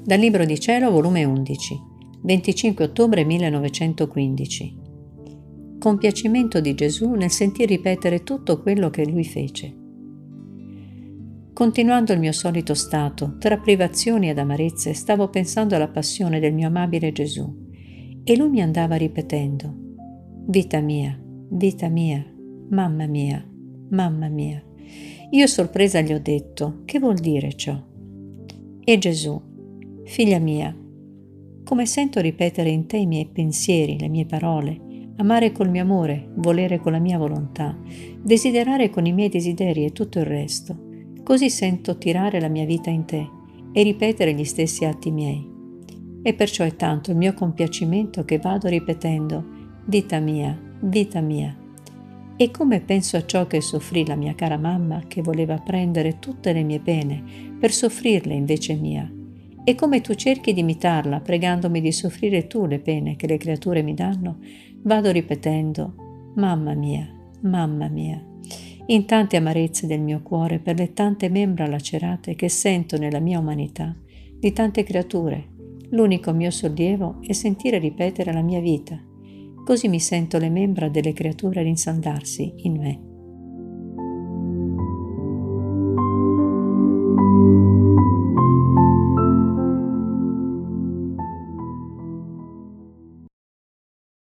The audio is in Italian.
Dal Libro di Cielo, volume 11, 25 ottobre 1915. Compiacimento di Gesù nel sentir ripetere tutto quello che lui fece. Continuando il mio solito stato, tra privazioni ed amarezze, stavo pensando alla passione del mio amabile Gesù, e lui mi andava ripetendo: vita mia, mamma mia, mamma mia. Io sorpresa gli ho detto: che vuol dire ciò? E Gesù: figlia mia, come sento ripetere in te i miei pensieri, le mie parole, amare col mio amore, volere con la mia volontà, desiderare con i miei desideri e tutto il resto, così sento tirare la mia vita in te e ripetere gli stessi atti miei. E perciò è tanto il mio compiacimento che vado ripetendo: vita mia, vita mia. E come penso a ciò che soffrì la mia cara mamma, che voleva prendere tutte le mie pene per soffrirle invece mia, e come tu cerchi di imitarla pregandomi di soffrire tu le pene che le creature mi danno, vado ripetendo: mamma mia, in tante amarezze del mio cuore per le tante membra lacerate che sento nella mia umanità di tante creature. L'unico mio sollievo è sentire ripetere la mia vita, così mi sento le membra delle creature rinsaldarsi in me.